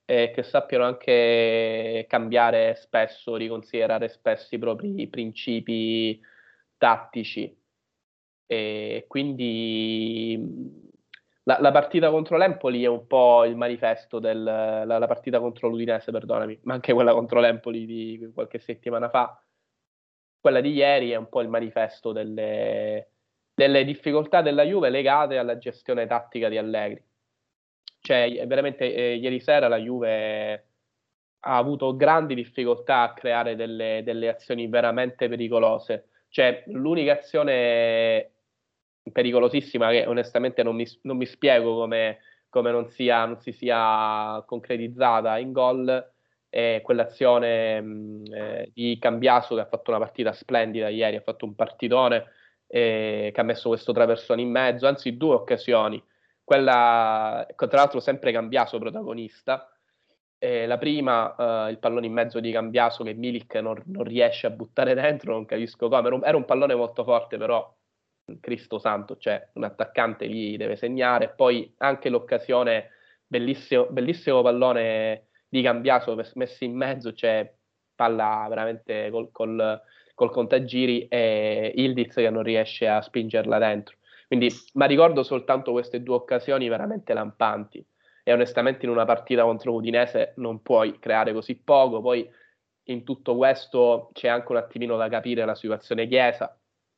e che sappiano anche cambiare spesso, riconsiderare spesso i propri principi tattici. E quindi la, la partita contro l'Empoli è un po' il manifesto del, la, la partita contro l'Udinese, perdonami, ma anche quella contro l'Empoli di qualche settimana fa. Quella di ieri è un po' il manifesto delle, delle difficoltà della Juve legate alla gestione tattica di Allegri. Cioè, veramente eh, ieri sera la Juve ha avuto grandi difficoltà a creare delle, delle azioni veramente pericolose. Cioè, l'unica azione pericolosissima che onestamente non mi, non mi spiego come, come non, sia, non si sia concretizzata in gol è quell'azione mh, eh, di Cambiaso che ha fatto una partita splendida ieri, ha fatto un partitone eh, che ha messo questo traversone in mezzo, anzi due occasioni. Quella, tra l'altro sempre Cambiaso protagonista. Eh, la prima, eh, il pallone in mezzo di Cambiaso che Milik non, non riesce a buttare dentro, non capisco come. Era un, era un pallone molto forte, però Cristo santo, cioè un attaccante lì deve segnare. Poi anche l'occasione, bellissimo, bellissimo pallone di Cambiaso messo in mezzo, cioè palla veramente col, col, col contagiri e Ildiz che non riesce a spingerla dentro. Quindi, ma ricordo soltanto queste due occasioni veramente lampanti e onestamente in una partita contro Udinese non puoi creare così poco. Poi in tutto questo c'è anche un attimino da capire la situazione Chiesa,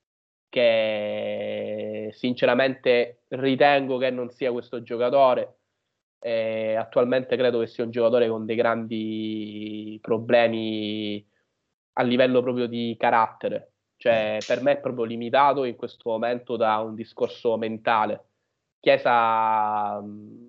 che sinceramente ritengo che non sia questo giocatore. Eh, attualmente credo che sia un giocatore con dei grandi problemi a livello proprio di carattere. Cioè, per me è proprio limitato in questo momento da un discorso mentale. Chiesa,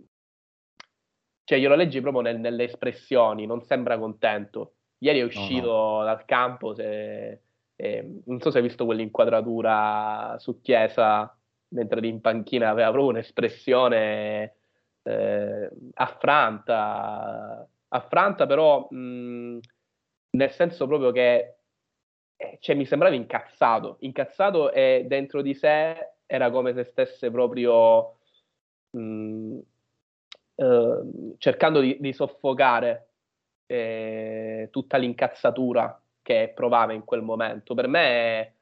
cioè glielo leggi proprio nel, nelle espressioni, non sembra contento. Ieri è No, uscito no. dal campo, se, eh, non so se hai visto quell'inquadratura su Chiesa, mentre era in panchina aveva proprio un'espressione eh, affranta, affranta però mh, nel senso proprio che eh, cioè, mi sembrava incazzato, incazzato e dentro di sé era come se stesse proprio mh, eh, cercando di, di soffocare eh, tutta l'incazzatura che provava in quel momento. Per me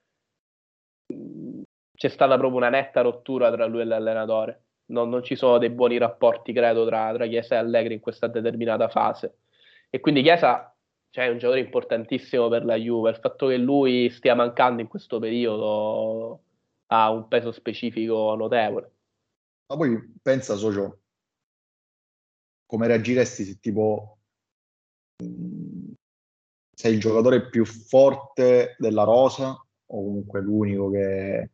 mh, c'è stata proprio una netta rottura tra lui e l'allenatore. Non, non ci sono dei buoni rapporti, credo, tra, tra Chiesa e Allegri in questa determinata fase. E quindi Chiesa, cioè, è un giocatore importantissimo per la Juve. Il fatto che lui stia mancando in questo periodo ha un peso specifico notevole. Ma poi pensa, socio, come reagiresti se tipo mh, sei il giocatore più forte della rosa o comunque l'unico che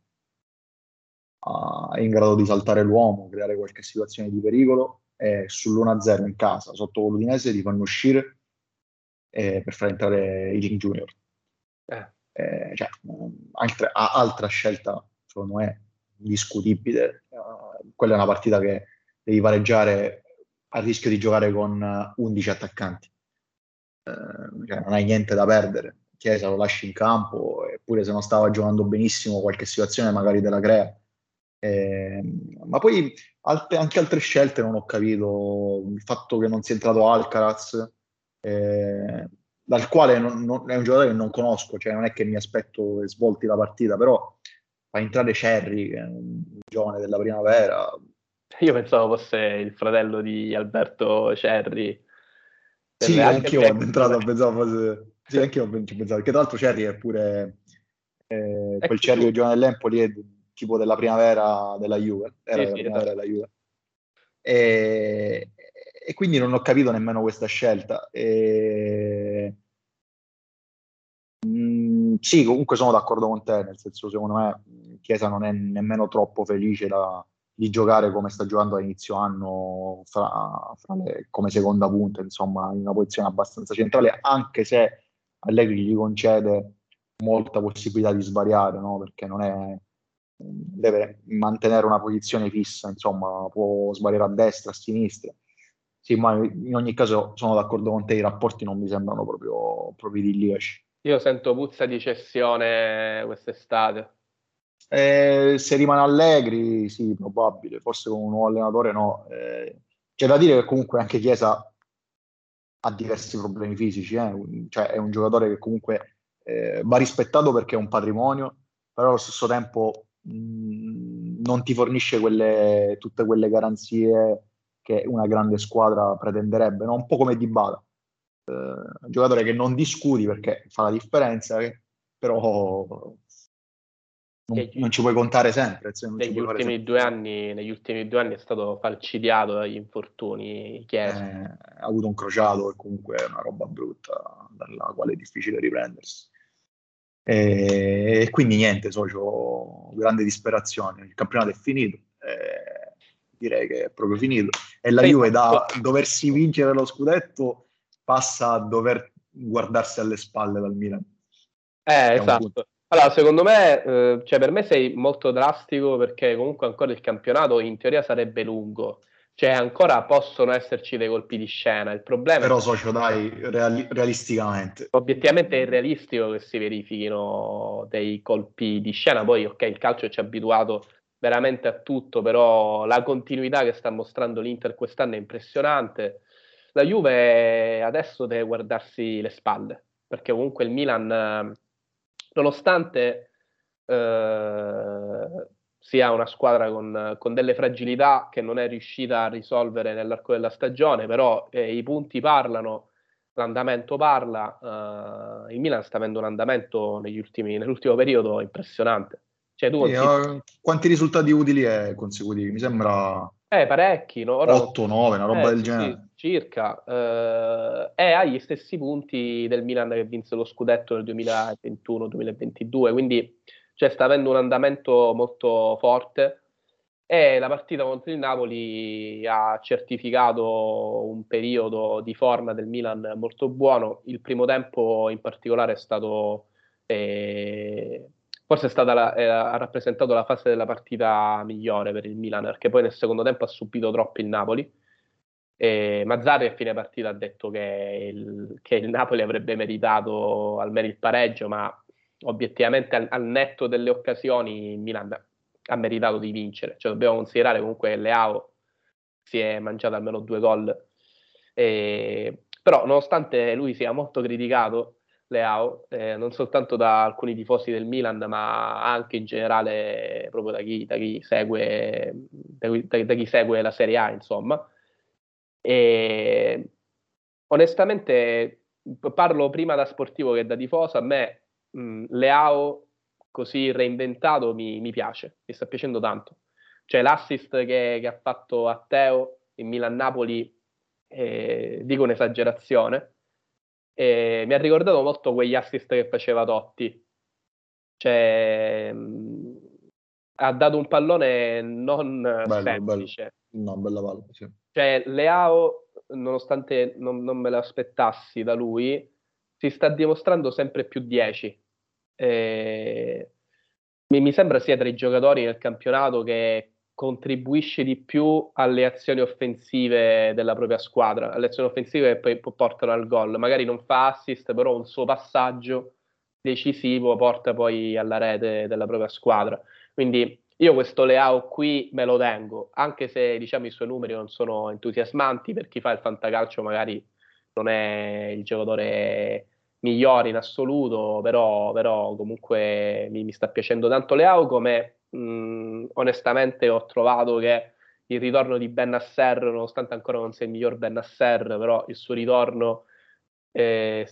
uh, è in grado di saltare l'uomo, creare qualche situazione di pericolo e sull'uno a zero in casa sotto l'Udinese ti fanno uscire eh, per far entrare i King Junior. Eh. Eh, cioè, mh, altre- a- altra scelta secondo me discutibile. Uh, quella è una partita che devi pareggiare a rischio di giocare con uh, undici attaccanti. Uh, cioè, non hai niente da perdere. Chiesa lo lasci in campo, eppure se non stava giocando benissimo qualche situazione magari te la crea. Eh, ma poi altre- anche altre scelte non ho capito. Il fatto che non sia entrato Alcaraz, eh, dal quale non- non- è un giocatore che non conosco, cioè non è che mi aspetto che svolti la partita, però fa entrare Cerri, che è un giovane della primavera. Io pensavo fosse il fratello di Alberto Cerri, per le- Sì, anche anch'io lui è quando è comunque entrato pensavo fosse... Sì, anch'io ho pensato, perché tra l'altro Cerri è pure eh, quel ex Cerri che Juve. gioca nell'Empoli, è tipo della primavera della Juve, era Sì, della sì, primavera esatto. della Juve. E, e quindi non ho capito nemmeno questa scelta. E, mh, sì, comunque sono d'accordo con te, nel senso, secondo me Chiesa non è nemmeno troppo felice da- di giocare come sta giocando a inizio anno fra, fra le- come seconda punta, insomma, in una posizione abbastanza centrale, anche se Allegri gli concede molta possibilità di svariare, no? Perché non è, deve mantenere una posizione fissa, insomma, può svariare a destra, a sinistra. Sì, ma in ogni caso sono d'accordo con te, i rapporti non mi sembrano proprio, proprio idilliaci. Io sento puzza di cessione quest'estate. Eh, se rimane Allegri, sì, probabile, forse con un nuovo allenatore no. Eh, c'è da dire che comunque anche Chiesa ha diversi problemi fisici, eh? Cioè è un giocatore che comunque eh, va rispettato perché è un patrimonio, però allo stesso tempo mh, non ti fornisce quelle, tutte quelle garanzie che una grande squadra pretenderebbe, no? Un po' come Dybala, eh, un giocatore che non discuti perché fa la differenza, eh, però non, non ci puoi contare sempre, cioè non ci negli puoi fare ultimi sempre. due anni, negli ultimi due anni è stato falcidiato dagli infortuni Eh, Chiesa. ha avuto un crociato e comunque è una roba brutta dalla quale è difficile riprendersi. E, e quindi niente, socio, grande disperazione. Il campionato è finito, eh, direi che è proprio finito. E la Sei Juve da fatto- doversi vincere lo scudetto passa a dover guardarsi alle spalle dal Milan. Eh, È un punto. esatto. Allora, secondo me, eh, cioè per me sei molto drastico perché comunque ancora il campionato in teoria sarebbe lungo, cioè ancora possono esserci dei colpi di scena. Il problema è Però, che socio, dai, reali- realisticamente. obiettivamente è irrealistico che si verifichino dei colpi di scena. Poi, ok, il calcio ci ha abituato veramente a tutto, però la continuità che sta mostrando l'Inter quest'anno è impressionante. La Juve adesso deve guardarsi le spalle, perché comunque il Milan, eh, nonostante eh, sia una squadra con, con delle fragilità che non è riuscita a risolvere nell'arco della stagione, però eh, i punti parlano, l'andamento parla, eh, il Milan sta avendo un andamento negli ultimi, nell'ultimo periodo impressionante. Cioè, tu Sì, consideri, eh, quanti risultati utili è consecutivi? Mi sembra eh, parecchi, no? Ora non otto nove, una roba eh, del sì, sì, genere. circa, eh, è agli stessi punti del Milan che vinse lo scudetto nel duemilaventuno duemilaventidue, quindi cioè, sta avendo un andamento molto forte e la partita contro il Napoli ha certificato un periodo di forma del Milan molto buono. Il primo tempo in particolare è stato, eh, forse è stata la- eh, ha rappresentato la fase della partita migliore per il Milan, perché poi nel secondo tempo ha subito troppo il Napoli. E Mazzarri a fine partita ha detto che il, che il Napoli avrebbe meritato almeno il pareggio, ma obiettivamente al, al netto delle occasioni il Milan ha meritato di vincere. Cioè, dobbiamo considerare comunque che Leao si è mangiato almeno due gol. E, però nonostante lui sia molto criticato, Leao, eh, non soltanto da alcuni tifosi del Milan, ma anche in generale proprio da chi, da chi segue, da, da, da chi segue la Serie A, insomma. E onestamente parlo prima da sportivo che da tifoso, a me mh, Leao così reinventato mi, mi piace, mi sta piacendo tanto. Cioè l'assist che, che ha fatto a Teo in Milan-Napoli, eh, dico un'esagerazione, eh, mi ha ricordato molto quegli assist che faceva Totti. Cioè, mh, ha dato un pallone non Bello, bello. semplice. No, bella palla, sì. Cioè, Leao, nonostante non, non me lo aspettassi da lui, si sta dimostrando sempre più dieci. Eh, mi, mi sembra sia tra i giocatori nel campionato che contribuisce di più alle azioni offensive della propria squadra, alle azioni offensive che poi portano al gol. Magari non fa assist, però un suo passaggio decisivo porta poi alla rete della propria squadra. Quindi io questo Leao qui me lo tengo, anche se diciamo i suoi numeri non sono entusiasmanti, per chi fa il fantacalcio magari non è il giocatore migliore in assoluto, però, però comunque mi, mi sta piacendo tanto Leao, come mh, onestamente ho trovato che il ritorno di Bennacer, nonostante ancora non sia il miglior Bennacer, però il suo ritorno eh,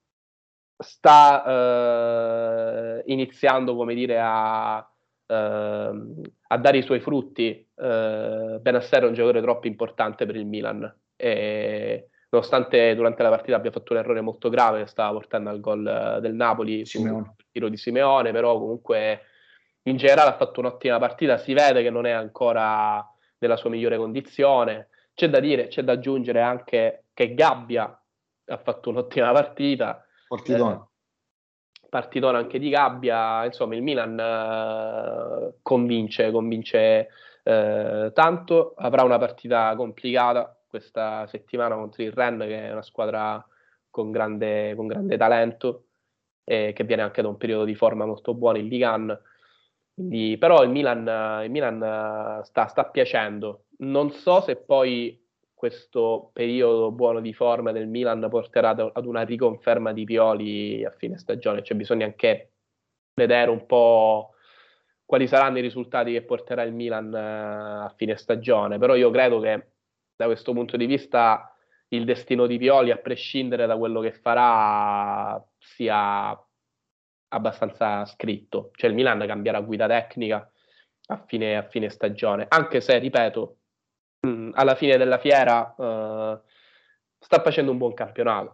sta eh, iniziando, come dire, a, ehm, a dare i suoi frutti. Eh, Bennacer è un giocatore troppo importante per il Milan e nonostante durante la partita abbia fatto un errore molto grave che stava portando al gol eh, del Napoli sul Simeone. tiro di Simeone, però comunque in generale ha fatto un'ottima partita, si vede che non è ancora nella sua migliore condizione. C'è da dire, c'è da aggiungere anche che Gabbia ha fatto un'ottima partita, eh, Partitone. partitone anche di Gabbia, insomma il Milan eh, convince, convince eh, tanto, avrà una partita complicata questa settimana contro il Rennes, che è una squadra con grande, con grande talento, eh, che viene anche da un periodo di forma molto buono in Ligue uno. Quindi, però il Milan, il Milan eh, sta, sta piacendo. Non so se poi questo periodo buono di forma del Milan porterà ad una riconferma di Pioli a fine stagione, cioè bisogna anche vedere un po' quali saranno i risultati che porterà il Milan a fine stagione, però io credo che da questo punto di vista il destino di Pioli, a prescindere da quello che farà, sia abbastanza scritto, cioè il Milan cambierà guida tecnica a fine, a fine stagione, anche se, ripeto, mh, alla fine della fiera uh, sta facendo un buon campionato.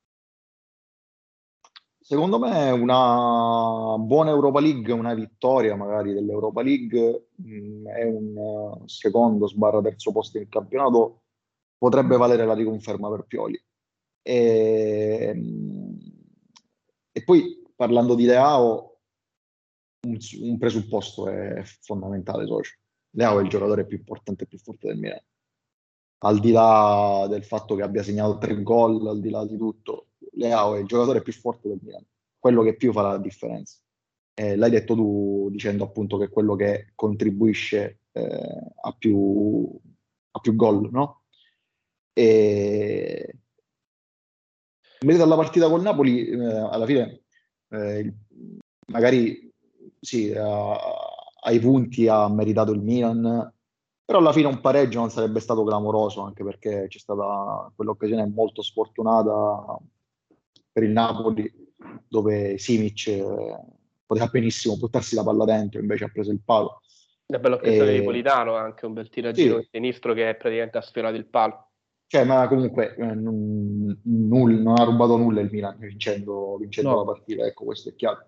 Secondo me una buona Europa League, una vittoria magari dell'Europa League mh, è un uh, secondo sbarra terzo posto in campionato, potrebbe valere la riconferma per Pioli. E, e poi parlando di Leao, un, un presupposto è fondamentale, socio. Leao è il giocatore più importante e più forte del Milan. Al di là del fatto che abbia segnato tre gol, al di là di tutto, Leao è il giocatore più forte del Milan, quello che più fa la differenza. Eh, l'hai detto tu dicendo appunto che è quello che contribuisce eh, a più, a più gol, no? E in merito alla partita col Napoli, eh, alla fine eh, magari sì, a, ai punti ha meritato il Milan, però alla fine un pareggio non sarebbe stato clamoroso, anche perché c'è stata quell'occasione molto sfortunata per il Napoli, dove Simic eh, poteva benissimo buttarsi la palla dentro, invece ha preso il palo. Una bella occasione di E, Politano, anche un bel tiraggino di sì, sinistro che praticamente ha sfiorato il palo. cioè, ma comunque eh, non, null- non ha rubato nulla il Milan vincendo, vincendo la No, partita, ecco, questo è chiaro.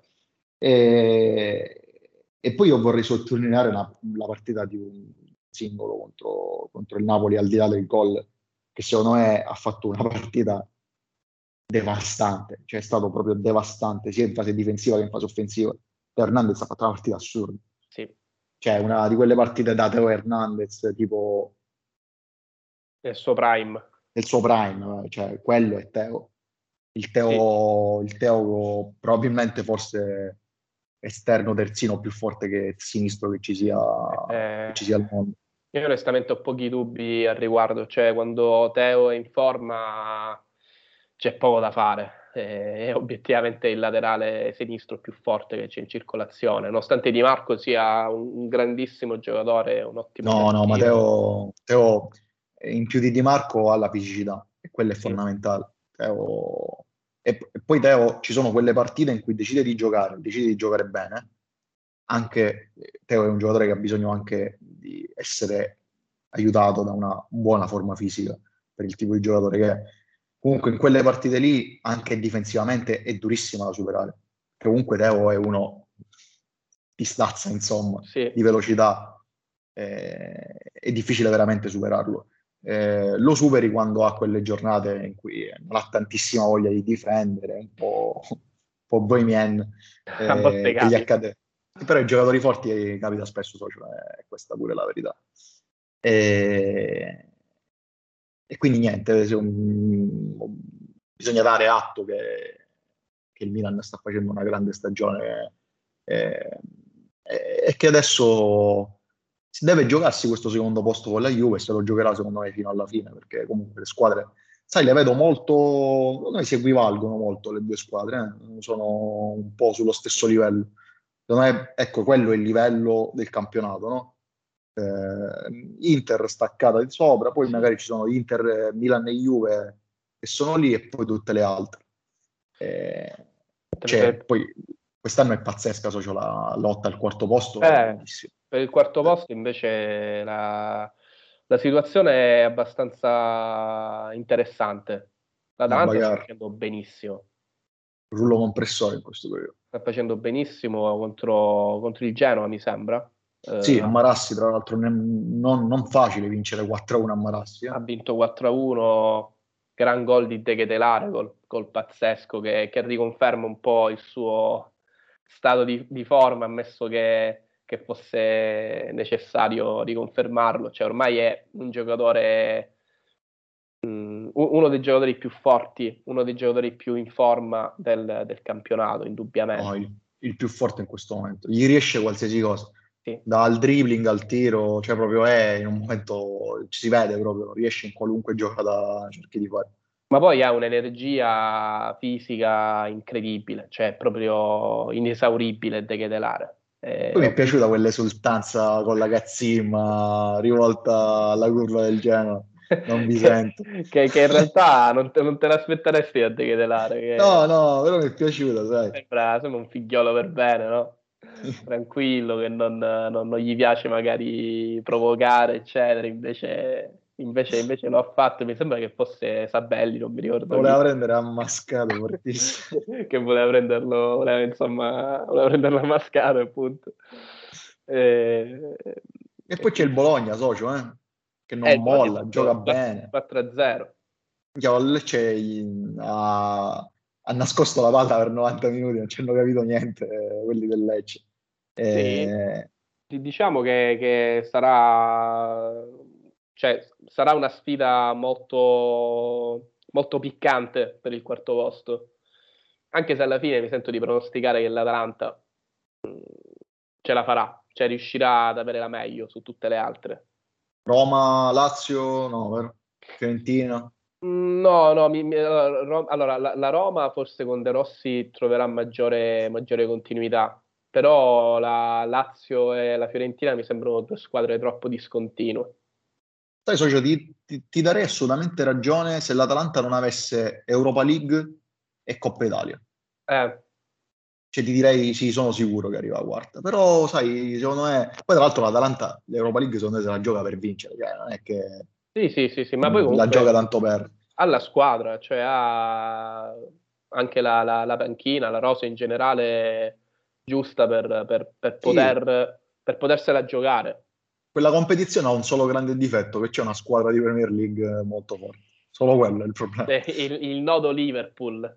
E, e poi io vorrei sottolineare una- la partita di un singolo contro, contro il Napoli, al di là del gol, che secondo me ha fatto una partita devastante, cioè è stato proprio devastante, sia in fase difensiva che in fase offensiva. Teo Hernandez ha fatto una partita assurda, sì, cioè una di quelle partite da Teo Hernandez, tipo nel suo prime. nel suo prime, cioè quello è Teo. Il Sì. Teo, il Teo probabilmente forse esterno terzino più forte che sinistro che ci sia, che Eh, ci sia al mondo. io onestamente ho pochi dubbi al riguardo, cioè quando Teo è in forma c'è poco da fare, è obiettivamente il laterale sinistro più forte che c'è in circolazione, nonostante Di Marco sia un, un grandissimo giocatore, un ottimo No, no, terzino. Matteo, Teo in più di Di Marco ha la fisicità e quello è Sì, fondamentale. Teo- E, e poi Teo, ci sono quelle partite in cui decide di giocare, decide di giocare bene. Anche Teo è un giocatore che ha bisogno anche di essere aiutato da una buona forma fisica per il tipo di giocatore che è. Comunque in quelle partite lì, anche difensivamente, è durissima da superare. Comunque Teo è uno di stazza, insomma, sì. di velocità, eh, è difficile veramente superarlo. Eh, lo superi quando ha quelle giornate in cui non ha tantissima voglia di difendere, un po', un po' bohemian, A volte eh, che gli capita. accade. Però ai giocatori forti capita spesso, socio, è questa pure la verità. E, e quindi niente, se un- bisogna dare atto che, che il Milan sta facendo una grande stagione eh, e che adesso si deve giocarsi questo secondo posto con la Juve e se lo giocherà secondo me fino alla fine, perché comunque le squadre, sai, le vedo molto, secondo me si equivalgono molto le due squadre, eh? Sono un po' sullo stesso livello. Secondo me, ecco, quello è il livello del campionato, no? Eh, Inter staccata di sopra, poi Sì. magari ci sono Inter, Milan e Juve che sono lì e poi tutte le altre. Eh, cioè, Per, poi quest'anno è pazzesca, socio, la lotta al quarto posto è eh, bellissima. per il quarto Eh, posto invece la, la situazione è abbastanza interessante. una L'Atalanta sta bagarre, facendo benissimo. rullo compressore in questo periodo. Sta facendo benissimo contro, contro il Genoa, mi sembra. Sì, Eh, a Marassi, tra l'altro, ne- non, non facile vincere quattro a uno a Marassi. Eh. ha vinto quattro a uno, gran gol di De Ketelare, gol, gol pazzesco che, che riconferma un po' il suo stato di, di forma, ammesso che, che fosse necessario riconfermarlo. Cioè, ormai è un giocatore, mh, uno dei giocatori più forti, uno dei giocatori più in forma del, del campionato, No, indubbiamente. il, il più forte in questo momento. Gli riesce qualsiasi cosa. Sì. Dal dribbling al tiro, cioè proprio è in un momento, ci si vede proprio, riesce in qualunque giocata cerchi di fare. Ma poi ha un'energia fisica incredibile, cioè proprio inesauribile De Ketelare. Eh, Poi mi ho è visto- piaciuta quell'esultanza con la cazzimma rivolta alla curva del Genoa, non vi che, sento. che- che in realtà non te, non te l'aspetteresti da De Ketelare, No, che no, però mi è piaciuta, sai. sembra, sembra un figliolo per bene, no? Tranquillo, che non, non- non gli piace magari provocare, eccetera. Invece, invece, invece lo ha fatto. Mi sembra che fosse Sabelli, non mi ricordo Voleva chi. prendere ammascato fortissimo. Che voleva prenderlo, voleva, insomma, voleva prenderlo a mascare, appunto. E, E e poi c'è il quindi, Bologna, socio, eh, che eh, non il Bologna ha molla, gioca fatto bene. quattro a zero. Minchia, il Lecce in- ha, ha nascosto la palla per novanta minuti, non ci hanno capito niente eh, quelli del Lecce. Sì, Eh, Di- diciamo che, che sarà, cioè, sarà una sfida molto, molto piccante per il quarto posto, anche se alla fine mi sento di pronosticare che l'Atalanta mh, ce la farà, cioè riuscirà ad avere la meglio su tutte le altre. Roma, Lazio, no, vero? Fiorentina. Mm, No, no, mi- mi- allora, Ro- allora, la, la Roma forse con De Rossi troverà maggiore, maggiore continuità, però la Lazio e la Fiorentina mi sembrano due squadre troppo discontinue. Sai, socio, ti, ti- ti darei assolutamente ragione se l'Atalanta non avesse Europa League e Coppa Italia. Eh, Cioè, ti direi sì, sono sicuro che arriva a quarta. Però, sai, secondo me... Poi, tra l'altro, l'Atalanta, l'Europa League, secondo me, se la gioca per vincere. Cioè, non è che sì, sì, sì, sì, ma poi la gioca comunque tanto per... ha la squadra, cioè ha anche la, la- la panchina, la rosa in generale giusta per, per- per Sì, poter, per potersela giocare. quella competizione ha un solo grande difetto, che c'è una squadra di Premier League molto forte. Solo quello è il problema. Eh, Il, il nodo Liverpool,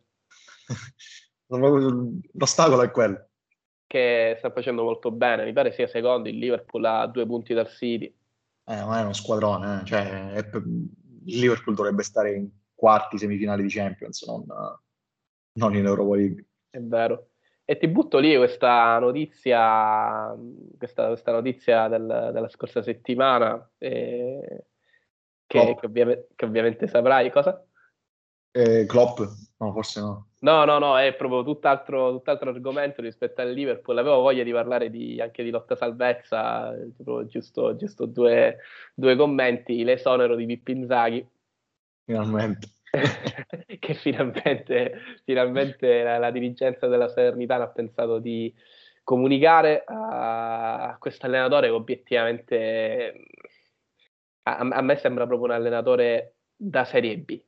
L'ostacolo è quello. che sta facendo molto bene, mi pare sia secondo, il Liverpool a due punti dal City. Eh, ma è uno squadrone, eh. Cioè, è per- il Liverpool dovrebbe stare in quarti, semifinali di Champions, non, non in Europa League. È vero. E ti butto lì questa notizia, questa, questa notizia del- della scorsa settimana, eh, che, Klopp, che ovviamente, che ovviamente saprai cosa? eh, Klopp, no, forse no. No, no, no, è proprio tutt'altro, tutt'altro argomento rispetto al Liverpool. Avevo voglia di parlare di- anche di lotta salvezza, eh, tipo giusto, giusto due, due commenti. L'esonero di Pippo Inzaghi, Finalmente. che finalmente, finalmente la, la dirigenza della Salernitana ha pensato di comunicare a, a questo allenatore che obiettivamente a, a me sembra proprio un allenatore da Serie B,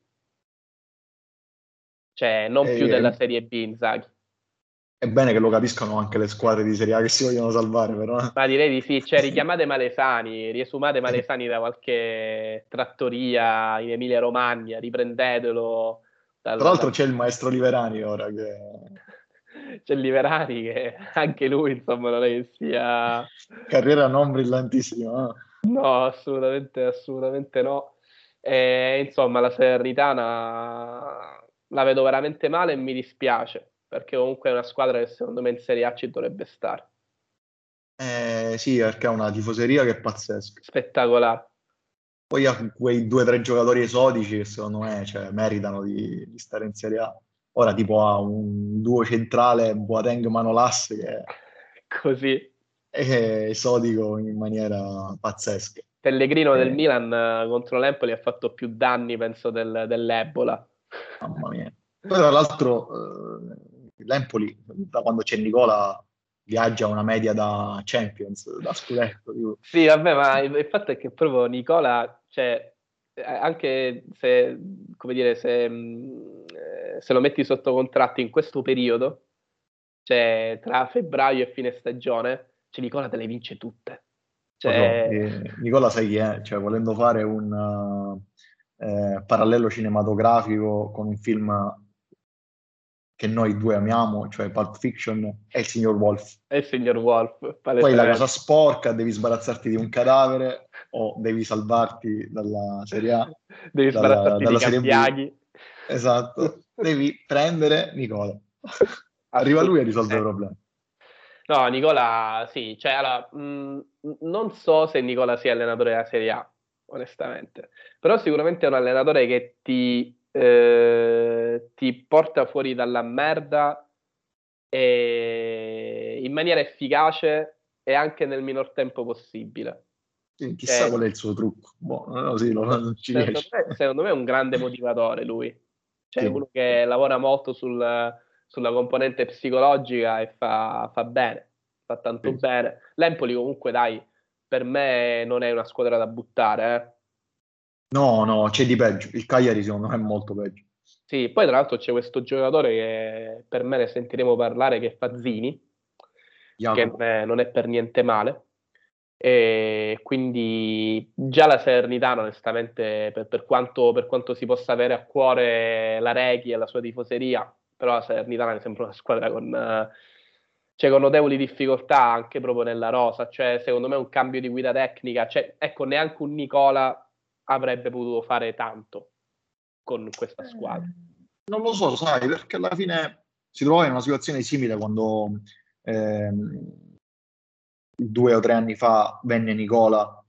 cioè non più E- della Serie B Inzaghi. è bene che lo capiscano anche le squadre di Serie A che si vogliono salvare, però. Ma direi di sì, cioè richiamate Malesani, riesumate Malesani da qualche trattoria in Emilia-Romagna, riprendetelo Tra dal, l'altro dal... c'è il maestro Liverani ora che... C'è Liverani che anche lui, insomma, non è che sia... Carriera non brillantissima. Eh. No, assolutamente, assolutamente no. E, insomma, la Salernitana la vedo veramente male e mi dispiace, perché comunque è una squadra che secondo me in Serie A ci dovrebbe stare. Eh, sì, perché ha una tifoseria che è pazzesca. Spettacolare. Poi ha quei due o tre giocatori esotici che secondo me cioè, meritano di, di stare in Serie A. Ora tipo ha un duo centrale Boateng-Manolas che Così. è esotico in maniera pazzesca. Pellegrino del Eh, Milan eh, contro l'Empoli ha fatto più danni, penso, del- dell'Ebola. mamma mia. Poi tra l'altro eh, l'Empoli da quando c'è Nicola viaggia a una media da Champions, da scudetto. Tipo. Sì, vabbè, ma il, il fatto è che proprio Nicola, cioè, eh, anche se, come dire, se, mh, eh, se lo metti sotto contratto in questo periodo, cioè tra febbraio e fine stagione, cioè Nicola te le vince tutte. Proprio, Cioè, eh, Nicola sai chi è? Cioè, volendo fare un eh, parallelo cinematografico con un film che noi due amiamo, cioè Pulp Fiction, è il signor Wolf. è il signor Wolf, Poi la cosa palesemente. sporca, devi sbarazzarti di un cadavere o devi salvarti dalla Serie A, Devi dalla, sbarazzarti di dalla Serie B. Cambiaghi. Esatto, devi prendere Nicola. Arriva lui e risolve i Assolutamente. problemi. No, Nicola, sì, cioè, allora, mh, non so se Nicola sia allenatore della Serie A, onestamente, però sicuramente è un allenatore che ti, eh, ti porta fuori dalla merda e in maniera efficace e anche nel minor tempo possibile. Sì, chissà Cioè, qual è il suo trucco. Boh, no, sì, non, non ci secondo riesce. me, secondo me è un grande motivatore lui, cioè Sì, uno che lavora molto sul- sulla componente psicologica e fa, fa bene, fa tanto sì. bene. L'Empoli comunque, dai, per me non è una squadra da buttare, eh. No, no, c'è di peggio. Il Cagliari secondo me è molto peggio. Sì, poi tra l'altro c'è questo giocatore che per me ne sentiremo parlare, che è Fazzini, che non Jacopo. è, non è per niente male. E quindi già la Salernitana, onestamente, per, per quanto, per quanto si possa avere a cuore la Reghi e la sua tifoseria, però la Salernitana mi sembra una squadra con, eh, cioè, con notevoli difficoltà anche proprio nella rosa. Cioè, secondo me un cambio di guida tecnica, cioè, ecco, neanche un Nicola avrebbe potuto fare tanto con questa squadra. Non lo so, sai, perché alla fine si trova in una situazione simile quando ehm, due o tre anni fa venne Nicola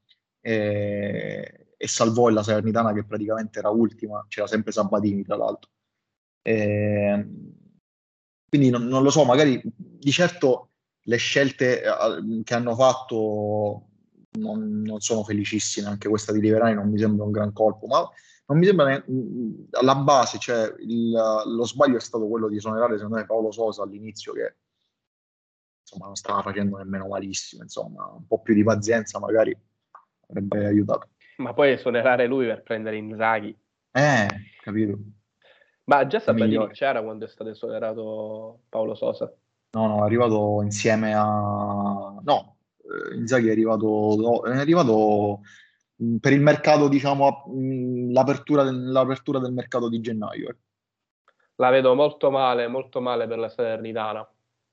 e, e salvò la Salernitana che praticamente era ultima, c'era sempre Sabatini tra l'altro. E, quindi non, non lo so, magari di certo le scelte eh, che hanno fatto non, non sono felicissime, anche questa di Liverani non mi sembra un gran colpo, ma non mi sembra ne- alla base, cioè il- lo sbaglio è stato quello di esonerare secondo me Paolo Sosa all'inizio che insomma non stava facendo nemmeno malissimo, insomma un po' più di pazienza magari avrebbe aiutato. Ma poi esonerare lui per prendere Inzaghi. Eh, capito, Ma già Sabatini migliore. c'era quando è stato esonerato Paolo Sosa. No, no, è arrivato insieme a... No, eh, Inzaghi è arrivato, no, è arrivato mh, per il mercato, diciamo, a- mh, l'apertura del, l'apertura del mercato di gennaio. eh. La vedo molto male, molto male per la Salernitana.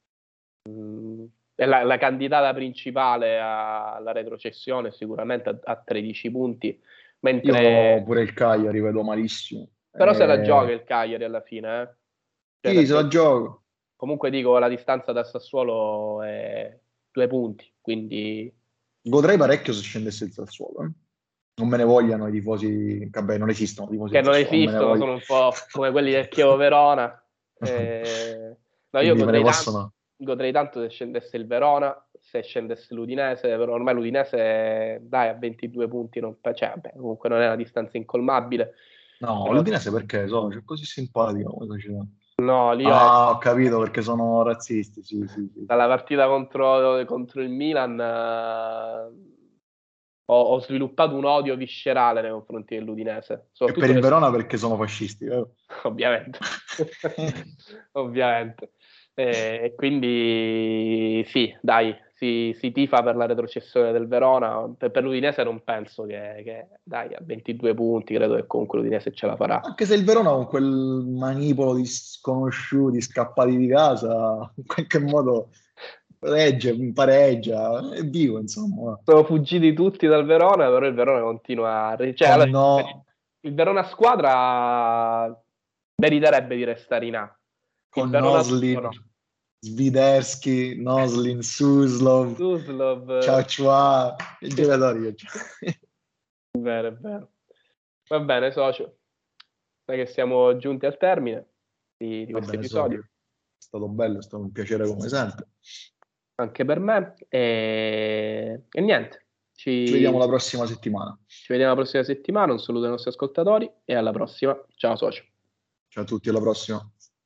Mm, è la, la candidata principale a- alla retrocessione, sicuramente a, a tredici punti, Io mentre pure il Cagliari vedo malissimo. però se la gioca Eh, il Cagliari alla fine, eh. Cioè, sì, se la perché gioco. comunque dico la distanza da Sassuolo è due punti, quindi Godrei parecchio se scendesse il Sassuolo. eh. Non me ne vogliano i tifosi, vabbè, non esistono tifosi che del non Sassuolo, non me ne esistono, voglio. sono un po' come quelli del Chievo Verona. Eh, no, io Quindi me ne godrei tanto, possono... godrei tanto se scendesse il Verona, se scendesse l'Udinese, però ormai l'Udinese dai a ventidue punti, non, cioè, vabbè, comunque non è una distanza incolmabile, No, però l'Udinese perché? Sono cioè, così simpatico come società. no, lì ho, Ah, ho capito perché sono razzisti, sì, sì, sì, sì. dalla partita contro, contro il Milan eh, ho, ho sviluppato un odio viscerale nei confronti dell'Udinese, E per soprattutto il nel- Verona perché sono fascisti, vero? ovviamente, ovviamente. Eh, E quindi sì, dai, si, si tifa per la retrocessione del Verona. Per, per l'Udinese non penso che, che, dai, a ventidue punti credo che comunque l'Udinese ce la farà. Anche se il Verona con quel manipolo di sconosciuti scappati di casa, in qualche modo regge, pareggia, è vivo, insomma. Sono fuggiti tutti dal Verona, però il Verona continua a... Cioè, Con allora, no, il Verona squadra meriterebbe di restare in A. Il con Verona tutto Noslin, no. Sviderski, Noslin, Suslov, Suslov, Ciao eh, Ciao, i giocatori che c'è. è vero, è vero. Va bene, socio. Sai che siamo giunti al termine di, di Va questo bene, episodio, socio. È stato bello, è stato un piacere come sempre. anche per me. E, e niente, Ci vediamo ci, la prossima settimana. ci vediamo la prossima settimana. Un saluto ai nostri ascoltatori e alla prossima. Ciao, socio. Ciao a tutti, alla prossima.